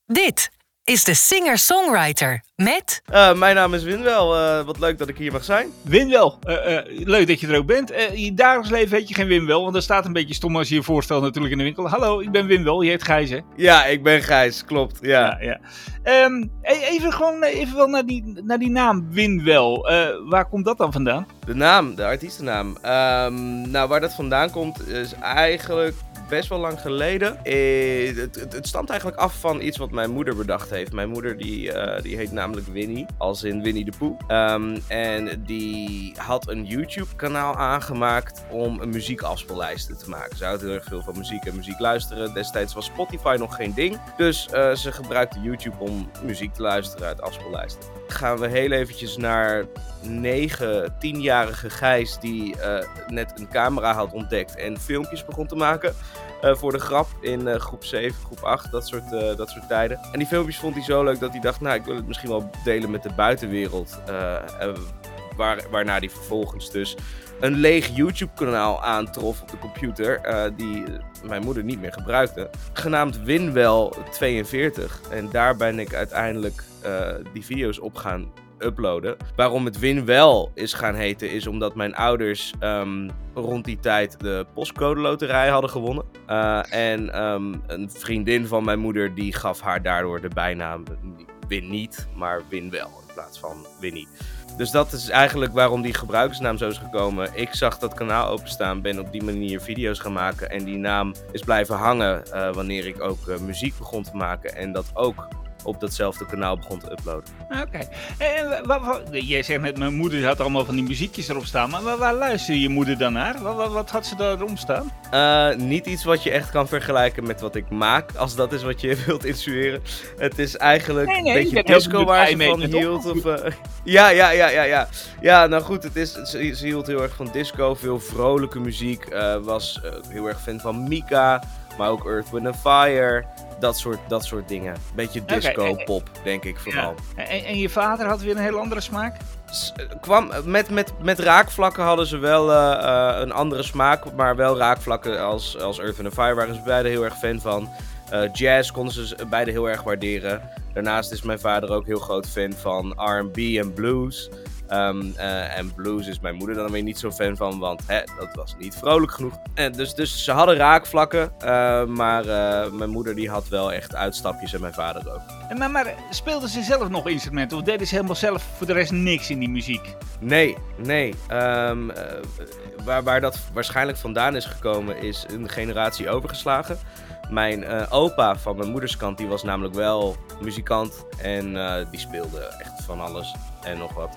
Dit is de Singer-Songwriter met... Mijn naam is Winwel. Wat leuk dat ik hier mag zijn. Winwel, leuk dat je er ook bent. In je dagelijks leven heet je geen Winwel, want dat staat een beetje stom als je je voorstelt natuurlijk in de winkel. Hallo, ik ben Winwel, je heet Gijs, hè? Ja, ik ben Gijs, klopt. Ja. Even wel naar die naam Winwel. Waar komt dat dan vandaan? De naam, de artiestennaam. Waar dat vandaan komt is eigenlijk best wel lang geleden. Het stamt eigenlijk af van iets wat mijn moeder bedacht heeft. Mijn moeder die heet namelijk Winnie, als in Winnie de Pooh. En die had een YouTube kanaal aangemaakt om een muziekafspeellijsten te maken. Ze houdt heel erg veel van muziek en muziek luisteren. Destijds was Spotify nog geen ding. Dus ze gebruikte YouTube om muziek te luisteren uit afspeellijsten. Gaan we heel eventjes naar 10-jarige Gijs die net een camera had ontdekt en filmpjes begon te maken. Voor de grap in groep 7, groep 8, dat soort tijden. En die filmpjes vond hij zo leuk dat hij dacht, ik wil het misschien wel delen met de buitenwereld. Waarna hij vervolgens dus een leeg YouTube-kanaal aantrof op de computer, die mijn moeder niet meer gebruikte. Genaamd Winwel42. En daar ben ik uiteindelijk die video's op gaan uploaden. Waarom het Winwel is gaan heten is omdat mijn ouders rond die tijd de postcode loterij hadden gewonnen. En een vriendin van mijn moeder die gaf haar daardoor de bijnaam Win niet, maar Winwel in plaats van Winnie. Dus dat is eigenlijk waarom die gebruikersnaam zo is gekomen. Ik zag dat kanaal openstaan, ben op die manier video's gaan maken. En die naam is blijven hangen wanneer ik ook muziek begon te maken. En dat ook op datzelfde kanaal begon te uploaden. Oké. Jij zegt net, mijn moeder had allemaal van die muziekjes erop staan. Maar waar luisterde je moeder dan naar? Wat had ze daarom staan? Niet iets wat je echt kan vergeten met wat ik maak. Als dat is wat je wilt insinueren. Het is eigenlijk een beetje disco waar ze van hield. Ja. Ja, nou goed. Ze hield heel erg van disco. Veel vrolijke muziek. Was heel erg fan van Mika. Maar ook Earth, Wind & Fire. Dat soort dingen. Beetje disco-pop, denk ik vooral. Ja. En je vader had weer een heel andere smaak? Met raakvlakken hadden ze wel een andere smaak. Maar wel raakvlakken als Earth, Wind & Fire waren ze beide heel erg fan van. Jazz konden ze beide heel erg waarderen. Daarnaast is mijn vader ook heel groot fan van R&B en blues. En blues is mijn moeder dan weer niet zo fan van, want dat was niet vrolijk genoeg. Dus ze hadden raakvlakken, maar mijn moeder die had wel echt uitstapjes en mijn vader ook. Maar speelden ze zelf nog instrumenten of deden ze helemaal zelf voor de rest niks in die muziek? Nee. Waar dat waarschijnlijk vandaan is gekomen is een generatie overgeslagen. Mijn opa van mijn moeders kant die was namelijk wel muzikant en die speelde echt van alles en nog wat.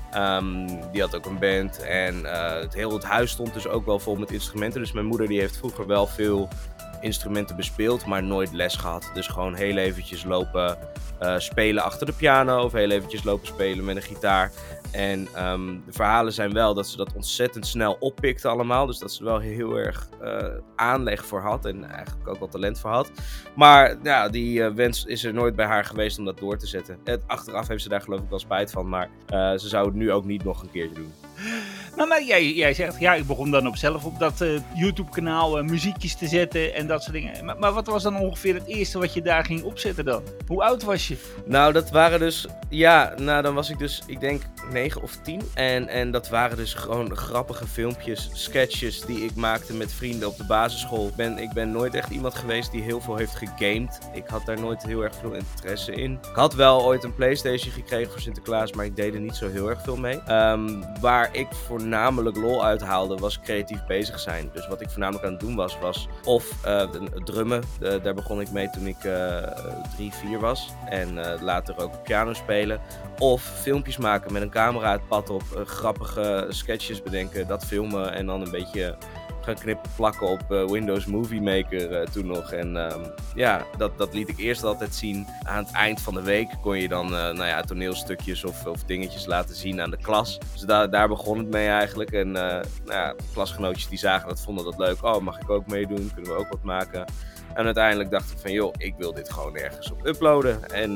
Die had ook een band en het huis stond dus ook wel vol met instrumenten. Dus mijn moeder die heeft vroeger wel veel instrumenten bespeeld, maar nooit les gehad. Dus gewoon heel eventjes lopen spelen achter de piano of heel eventjes lopen spelen met een gitaar. En de verhalen zijn wel dat ze dat ontzettend snel oppikte allemaal. Dus dat ze er wel heel erg aanleg voor had en eigenlijk ook wel talent voor had. Maar ja, die wens is er nooit bij haar geweest om dat door te zetten. Achteraf heeft ze daar geloof ik wel spijt van, maar ze zou het nu ook niet nog een keertje doen. Maar jij zegt, ik begon dan op dat YouTube-kanaal muziekjes te zetten en dat soort dingen. Maar wat was dan ongeveer het eerste wat je daar ging opzetten dan? Hoe oud was je? Nou, dat waren dus, dan was ik dus, ik denk 9 of 10. En dat waren dus gewoon grappige filmpjes, sketches die ik maakte met vrienden op de basisschool. Ik ben nooit echt iemand geweest die heel veel heeft gegamed. Ik had daar nooit heel erg veel interesse in. Ik had wel ooit een PlayStation gekregen voor Sinterklaas, maar ik deed er niet zo heel erg veel mee. Waar ik voornamelijk lol uithaalde was creatief bezig zijn. Dus wat ik voornamelijk aan het doen was of drummen. Daar begon ik mee toen ik 3-4 was. En later ook piano spelen. Of filmpjes maken met een camera het pad op. Grappige sketches bedenken, dat filmen en dan een beetje gaan knippen plakken op Windows Movie Maker toen nog. En dat liet ik eerst altijd zien. Aan het eind van de week kon je dan toneelstukjes of dingetjes laten zien aan de klas. Dus daar begon het mee eigenlijk. En klasgenootjes die zagen dat, vonden dat leuk. Oh, mag ik ook meedoen? Kunnen we ook wat maken? En uiteindelijk dacht ik van, ik wil dit gewoon ergens op uploaden. En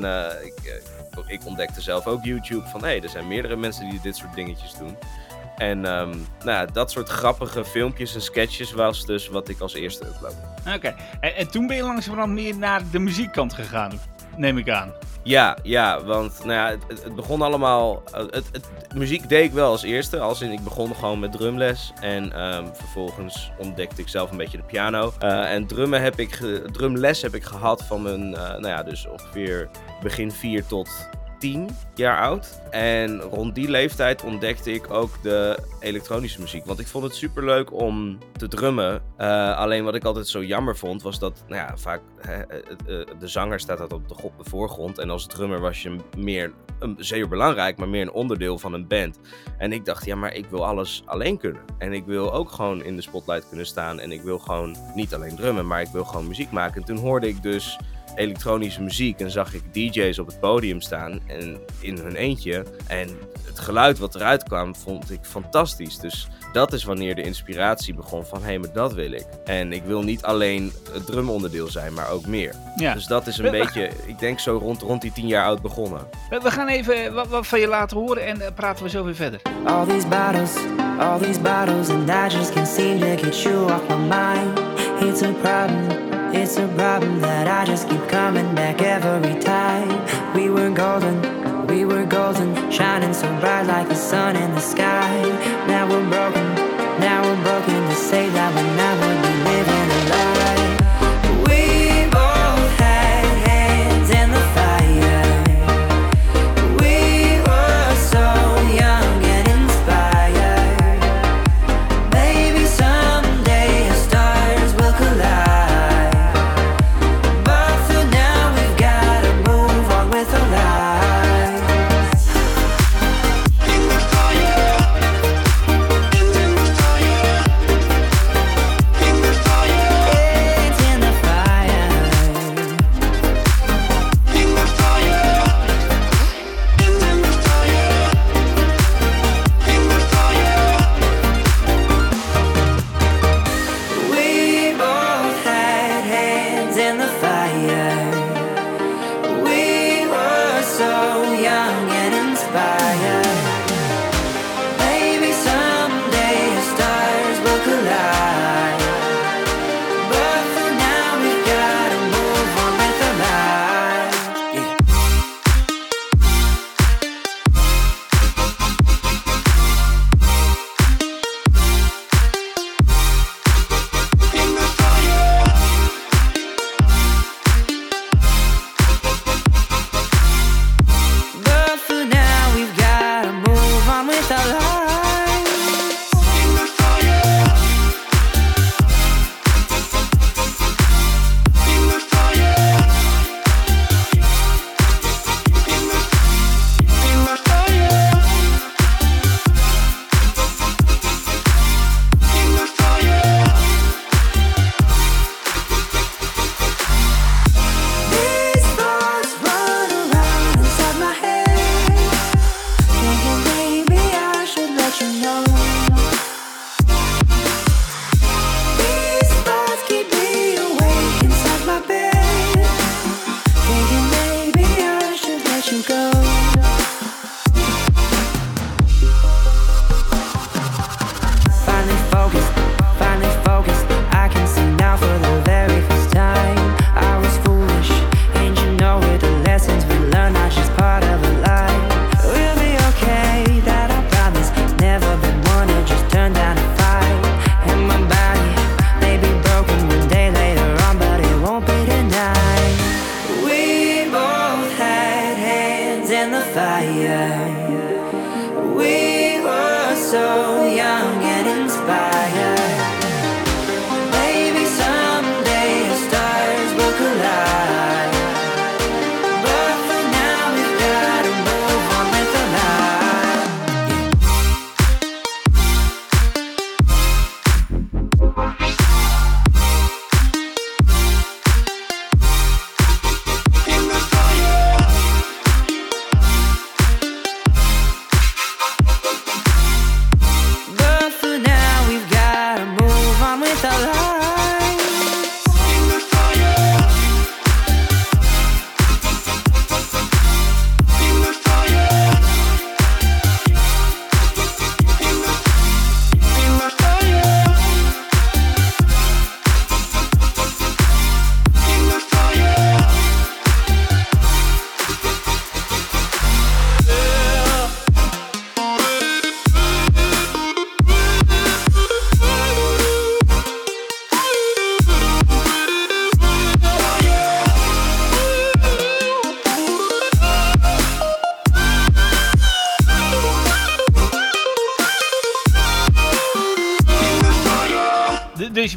ik ontdekte zelf ook YouTube van, er zijn meerdere mensen die dit soort dingetjes doen. En dat soort grappige filmpjes en sketches was dus wat ik als eerste uploadde. Oké. En toen ben je langzamerhand meer naar de muziekkant gegaan? neem ik aan. Ja, want nou ja, het begon allemaal... muziek deed ik wel als eerste. Als in, ik begon gewoon met drumles. En vervolgens ontdekte ik zelf een beetje de piano. En drumles heb ik gehad van mijn... dus ongeveer begin 4 tot 10 jaar oud. En rond die leeftijd ontdekte ik ook de elektronische muziek. Want ik vond het superleuk om te drummen. Alleen wat ik altijd zo jammer vond, was dat vaak de zanger staat dat op de voorgrond. En als drummer was je zeer belangrijk, maar meer een onderdeel van een band. En ik dacht, maar ik wil alles alleen kunnen. En ik wil ook gewoon in de spotlight kunnen staan. En ik wil gewoon niet alleen drummen, maar ik wil gewoon muziek maken. En toen hoorde ik dus elektronische muziek en zag ik DJ's op het podium staan en in hun eentje. En het geluid wat eruit kwam vond ik fantastisch. Dus dat is wanneer de inspiratie begon van maar dat wil ik. En ik wil niet alleen het drumonderdeel zijn, maar ook meer. Ja. Dus dat is een beetje, ik denk zo rond die 10 jaar oud begonnen. We gaan even wat van je laten horen en praten we zo weer verder. All these bottles and I just can't seem to get you off my mind. It's a problem that I just keep coming back every time. We were golden, shining so bright like the sun in the sky. Now we're broken to say that we'll never be living a lie. We both had hands in the fire. We were so young and inspired. Maybe someday our stars will collide.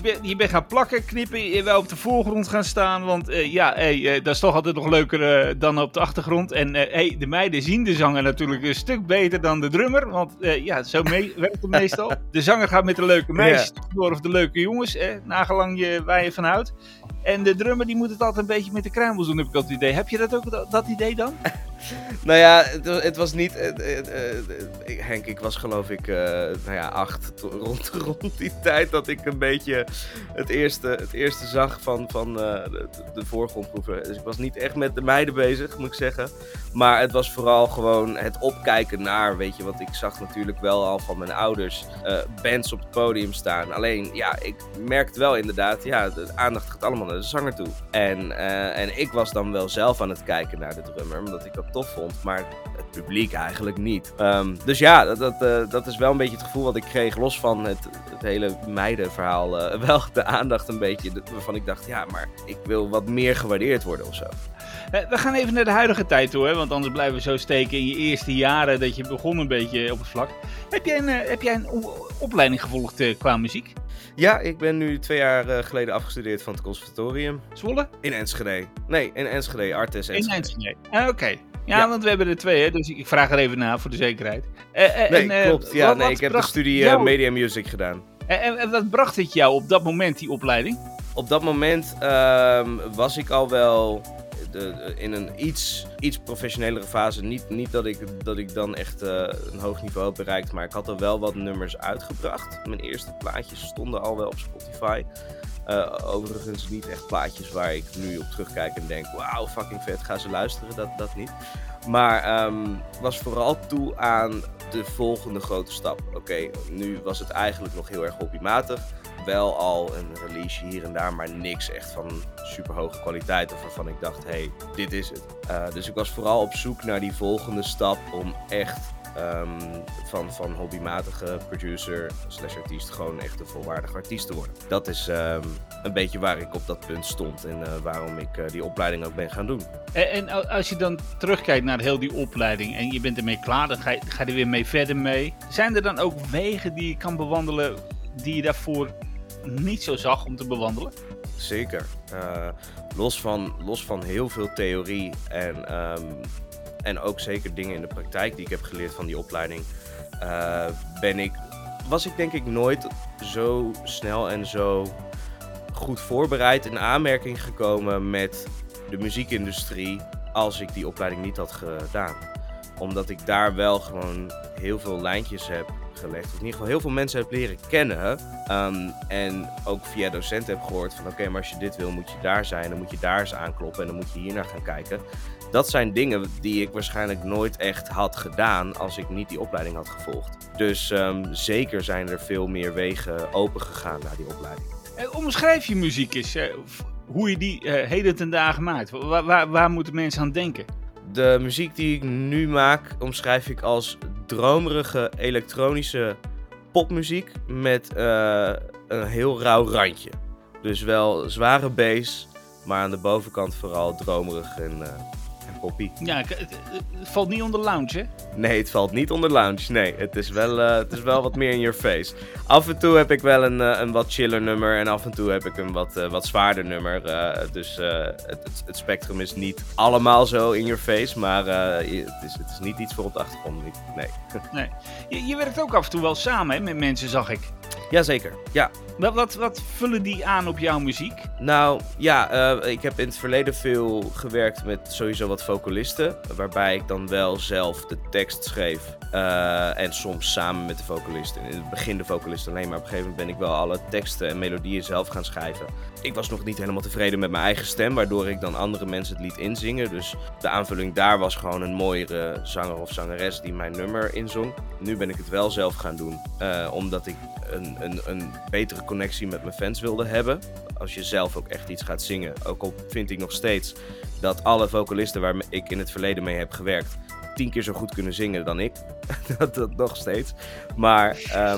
je bent gaan plakken, knippen, je wil op de voorgrond gaan staan. Want dat is toch altijd nog leuker dan op de achtergrond. En de meiden zien de zanger natuurlijk een stuk beter dan de drummer. Want zo werkt het meestal. De zanger gaat met de leuke meisjes door of de leuke jongens. Nagelang waar je van houdt. En de drummer die moet het altijd een beetje met de kruimels doen, heb ik altijd het idee. Heb je dat ook, dat idee dan? Nou ja, het was niet... Henk, ik was geloof ik 8 rond die tijd dat ik een beetje het eerste zag van de voorgrondproeven. Dus ik was niet echt met de meiden bezig, moet ik zeggen. Maar het was vooral gewoon het opkijken naar, weet je, want ik zag natuurlijk wel al van mijn ouders bands op het podium staan. Alleen, ja, ik merkte wel inderdaad, de aandacht gaat allemaal naar de zanger toe. En ik was dan wel zelf aan het kijken naar de drummer, omdat ik dat tof vond, maar het publiek eigenlijk niet. Dus ja, dat is wel een beetje het gevoel wat ik kreeg, los van het hele meidenverhaal, wel de aandacht een beetje, waarvan ik dacht, ja, maar ik wil wat meer gewaardeerd worden of zo. We gaan even naar de huidige tijd toe, hè? Want anders blijven we zo steken in je eerste jaren dat je begon een beetje op het vlak. Heb jij een opleiding gevolgd qua muziek? Ja, ik ben nu 2 jaar geleden afgestudeerd van het conservatorium. Zwolle? In Enschede. Nee, in Enschede, Artes Enschede. In Enschede, oké. Ja, want we hebben er 2, hè, dus ik vraag er even naar voor de zekerheid. Klopt. Ja, ik heb de studie Media Music gedaan. En wat bracht het jou op dat moment, die opleiding? Op dat moment was ik al wel in een iets professionelere fase. Niet dat ik dan echt een hoog niveau heb bereikt, maar ik had er wel wat nummers uitgebracht. Mijn eerste plaatjes stonden al wel op Spotify. Overigens niet echt plaatjes waar ik nu op terugkijk en denk, wauw, fucking vet, ga ze luisteren, dat niet. Maar was vooral toe aan de volgende grote stap. Oké, nu was het eigenlijk nog heel erg hobbymatig. Wel al een release hier en daar, maar niks echt van super hoge kwaliteit of waarvan ik dacht, hey, dit is het. Dus ik was vooral op zoek naar die volgende stap om echt van hobbymatige producer / artiest gewoon echt een volwaardig artiest te worden. Dat is een beetje waar ik op dat punt stond en waarom ik die opleiding ook ben gaan doen. En als je dan terugkijkt naar heel die opleiding en je bent ermee klaar, dan ga je er weer mee verder mee. Zijn er dan ook wegen die je kan bewandelen die je daarvoor niet zo zag om te bewandelen? Zeker. Los van heel veel theorie en ook zeker dingen in de praktijk die ik heb geleerd van die opleiding, was ik denk ik nooit zo snel en zo goed voorbereid in aanmerking gekomen met de muziekindustrie als ik die opleiding niet had gedaan. Omdat ik daar wel gewoon heel veel lijntjes heb gelegd. Of in ieder geval heel veel mensen heb leren kennen. En ook via docenten heb gehoord van oké, maar als je dit wil moet je daar zijn. Dan moet je daar eens aankloppen en dan moet je hier naar gaan kijken. Dat zijn dingen die ik waarschijnlijk nooit echt had gedaan als ik niet die opleiding had gevolgd. Dus zeker zijn er veel meer wegen open gegaan naar die opleiding. Omschrijf je muziek eens, hoe je die heden ten dagen maakt. Waar moeten mensen aan denken? De muziek die ik nu maak omschrijf ik als dromerige elektronische popmuziek met een heel rauw randje. Dus wel zware bass, maar aan de bovenkant vooral dromerig en poppy. Ja, het valt niet onder lounge, hè? Nee, het valt niet onder lounge. Nee, het is wel wat meer in your face. Af en toe heb ik wel een wat chiller nummer en af en toe heb ik een wat zwaarder nummer. Dus het spectrum is niet allemaal zo in your face, maar het is niet iets voor op de achtergrond. Nee. Je werkt ook af en toe wel samen, hè, met mensen, zag ik. Jazeker, ja. Wat vullen die aan op jouw muziek? Nou, ja, ik heb in het verleden veel gewerkt met sowieso wat vocalisten. Waarbij ik dan wel zelf de tekst schreef. En soms samen met de vocalisten. In het begin de vocalist alleen, maar op een gegeven moment ben ik wel alle teksten en melodieën zelf gaan schrijven. Ik was nog niet helemaal tevreden met mijn eigen stem, waardoor ik dan andere mensen het liet inzingen. Dus de aanvulling daar was gewoon een mooiere zanger of zangeres die mijn nummer inzong. Nu ben ik het wel zelf gaan doen, omdat ik een betere connectie met mijn fans wilde hebben. Als je zelf ook echt iets gaat zingen. Ook al vind ik nog steeds dat alle vocalisten waar ik in het verleden mee heb gewerkt 10 keer zo goed kunnen zingen dan ik. dat nog steeds. Maar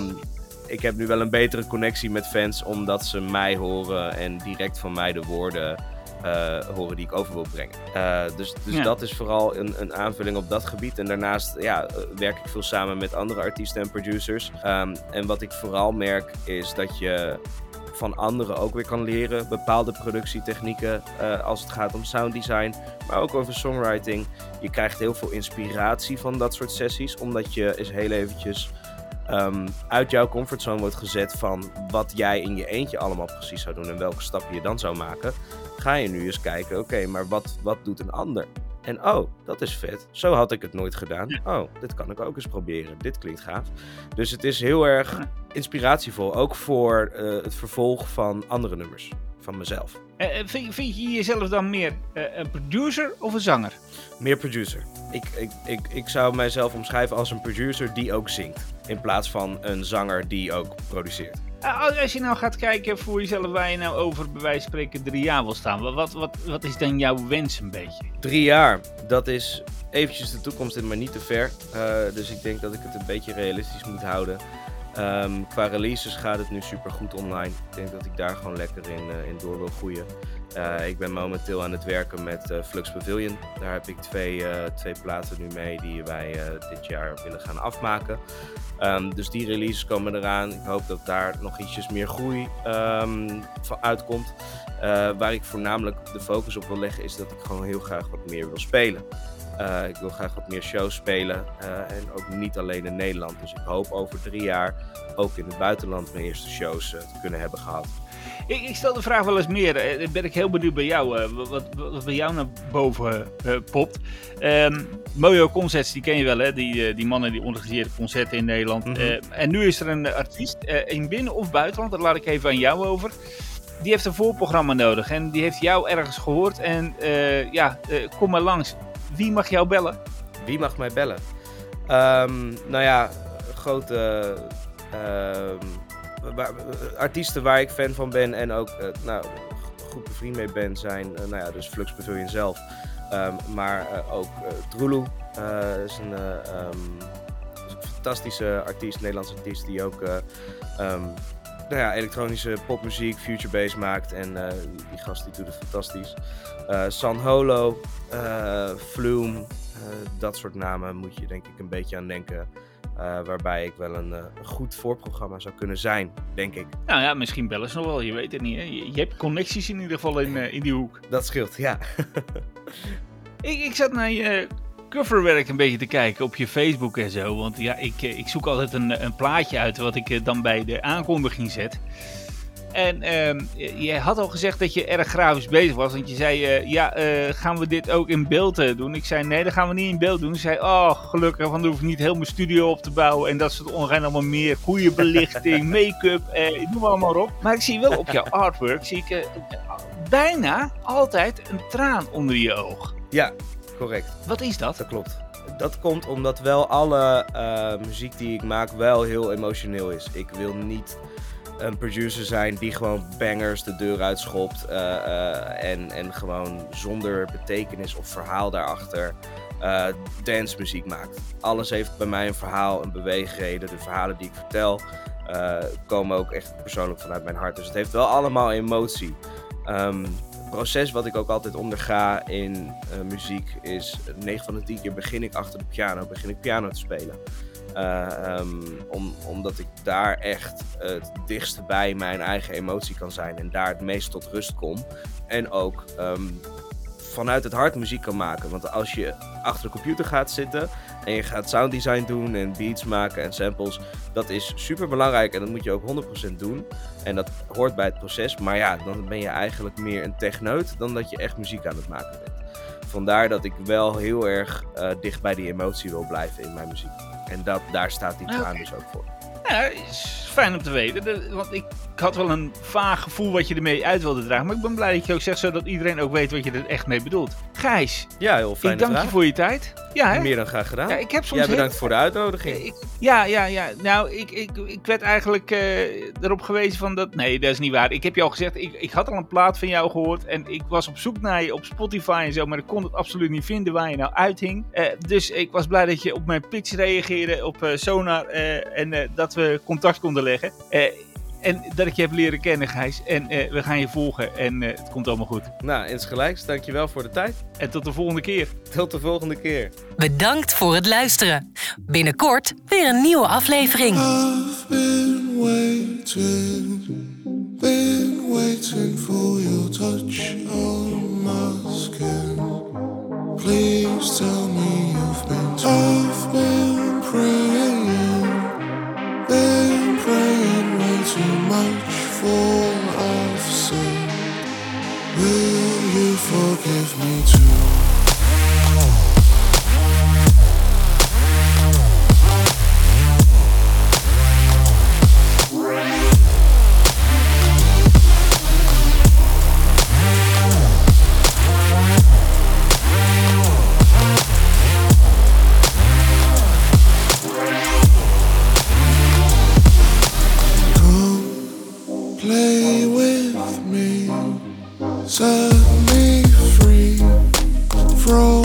ik heb nu wel een betere connectie met fans omdat ze mij horen en direct van mij de woorden horen die ik over wil brengen. Dus dat is vooral een aanvulling op dat gebied. En daarnaast werk ik veel samen met andere artiesten en producers. En wat ik vooral merk is dat je van anderen ook weer kan leren. Bepaalde productietechnieken als het gaat om sounddesign, maar ook over songwriting. Je krijgt heel veel inspiratie van dat soort sessies, omdat je eens heel eventjes uit jouw comfortzone wordt gezet van wat jij in je eentje allemaal precies zou doen en welke stappen je dan zou maken. Ga je nu eens kijken, oké, maar wat doet een ander? En oh, dat is vet. Zo had ik het nooit gedaan. Oh, dit kan ik ook eens proberen. Dit klinkt gaaf. Dus het is heel erg inspiratievol. Ook voor het vervolg van andere nummers. Van mezelf. Vind je jezelf dan meer een producer of een zanger? Meer producer. Ik zou mijzelf omschrijven als een producer die ook zingt. In plaats van een zanger die ook produceert. Als je nou gaat kijken voor jezelf waar je nou over bij wijze van spreken 3 jaar wil staan. Wat is dan jouw wens een beetje? 3 jaar, dat is eventjes de toekomst in, maar niet te ver. Dus ik denk dat ik het een beetje realistisch moet houden. Qua releases gaat het nu super goed online. Ik denk dat ik daar gewoon lekker in door wil groeien. Ik ben momenteel aan het werken met Flux Pavilion. Daar heb ik twee platen nu mee die wij dit jaar willen gaan afmaken. Dus die releases komen eraan. Ik hoop dat daar nog ietsjes meer groei van uitkomt. Waar ik voornamelijk de focus op wil leggen is dat ik gewoon heel graag wat meer wil spelen. Ik wil graag wat meer shows spelen en ook niet alleen in Nederland. Dus ik hoop over 3 jaar ook in het buitenland mijn eerste shows te kunnen hebben gehad. Ik stel de vraag wel eens meer. Ben ik heel benieuwd bij jou. Wat bij jou naar boven popt. Mojo Concerts, die ken je wel, hè? Die mannen die organiseren concerten in Nederland. Mm-hmm. En nu is er een artiest in binnen- of buitenland. Dat laat ik even aan jou over. Die heeft een voorprogramma nodig. En die heeft jou ergens gehoord. En kom maar langs. Wie mag jou bellen? Wie mag mij bellen? Grote artiesten waar ik fan van ben en ook goed bevriend mee ben zijn dus Flux Pavilion zelf. Maar ook Drulu is een fantastische artiest, Nederlandse artiest die ook elektronische popmuziek, future bass maakt en die gast die doet het fantastisch. San Holo, Flume, dat soort namen moet je denk ik een beetje aan denken. Waarbij ik wel een goed voorprogramma zou kunnen zijn, denk ik. Nou ja, misschien bellen ze nog wel, je weet het niet. Hè? Je hebt connecties in ieder geval in die hoek. Dat scheelt, ja. Ik zat naar je coverwerk een beetje te kijken op je Facebook en zo. Want ja, ik zoek altijd een plaatje uit wat ik dan bij de aankondiging zet. En je had al gezegd dat je erg grafisch bezig was. Want je zei, gaan we dit ook in beeld doen? Ik zei, nee, dat gaan we niet in beeld doen. Ze zei, gelukkig, want dan hoef ik niet heel mijn studio op te bouwen. En dat soort ongein allemaal meer. Goede belichting, make-up, noem maar allemaal op. Maar ik zie wel op jouw artwork, zie ik bijna altijd een traan onder je oog. Ja, correct. Wat is dat? Dat klopt. Dat komt omdat wel alle muziek die ik maak wel heel emotioneel is. Ik wil niet een producer zijn die gewoon bangers de deur uitschopt en gewoon zonder betekenis of verhaal daarachter dancemuziek maakt. Alles heeft bij mij een verhaal, een beweegreden. De verhalen die ik vertel komen ook echt persoonlijk vanuit mijn hart. Dus het heeft wel allemaal emotie. Het proces wat ik ook altijd onderga in muziek is 9 van de 10 keer begin ik achter de piano, piano te spelen. Omdat ik daar echt het dichtste bij mijn eigen emotie kan zijn en daar het meest tot rust kom. En ook vanuit het hart muziek kan maken. Want als je achter de computer gaat zitten en je gaat sounddesign doen en beats maken en samples, dat is super belangrijk en dat moet je ook 100% doen. En dat hoort bij het proces, maar ja, dan ben je eigenlijk meer een techneut dan dat je echt muziek aan het maken bent. Vandaar dat ik wel heel erg dicht bij die emotie wil blijven in mijn muziek. En daar staat die traan dus ook voor. Ja, is fijn om te weten. Want ik had wel een vaag gevoel wat je ermee uit wilde dragen. Maar ik ben blij dat je ook zegt, zodat iedereen ook weet wat je er echt mee bedoelt. Gijs, ja, heel fijn. Ik dank je voor je tijd. Ja, hè? Meer dan graag gedaan. Ja, ik heb soms jij bedankt voor de uitnodiging. Ja. Nou, ik werd eigenlijk erop gewezen van dat... Nee, dat is niet waar. Ik heb je al gezegd, ik had al een plaat van jou gehoord. En ik was op zoek naar je op Spotify en zo. Maar ik kon het absoluut niet vinden waar je nou uithing. Dus ik was blij dat je op mijn pitch reageerde op Sonar. En dat we contact konden leggen. En dat ik je heb leren kennen, Gijs. En we gaan je volgen en het komt allemaal goed. Nou, insgelijks. Dankjewel voor de tijd. En tot de volgende keer. Tot de volgende keer. Bedankt voor het luisteren. Binnenkort weer een nieuwe aflevering. I've been waiting Been waiting for your touch on my skin. Please tell me you've been. I've been praying way too much for I've sinned. Will you forgive me too? Play with me, set me free from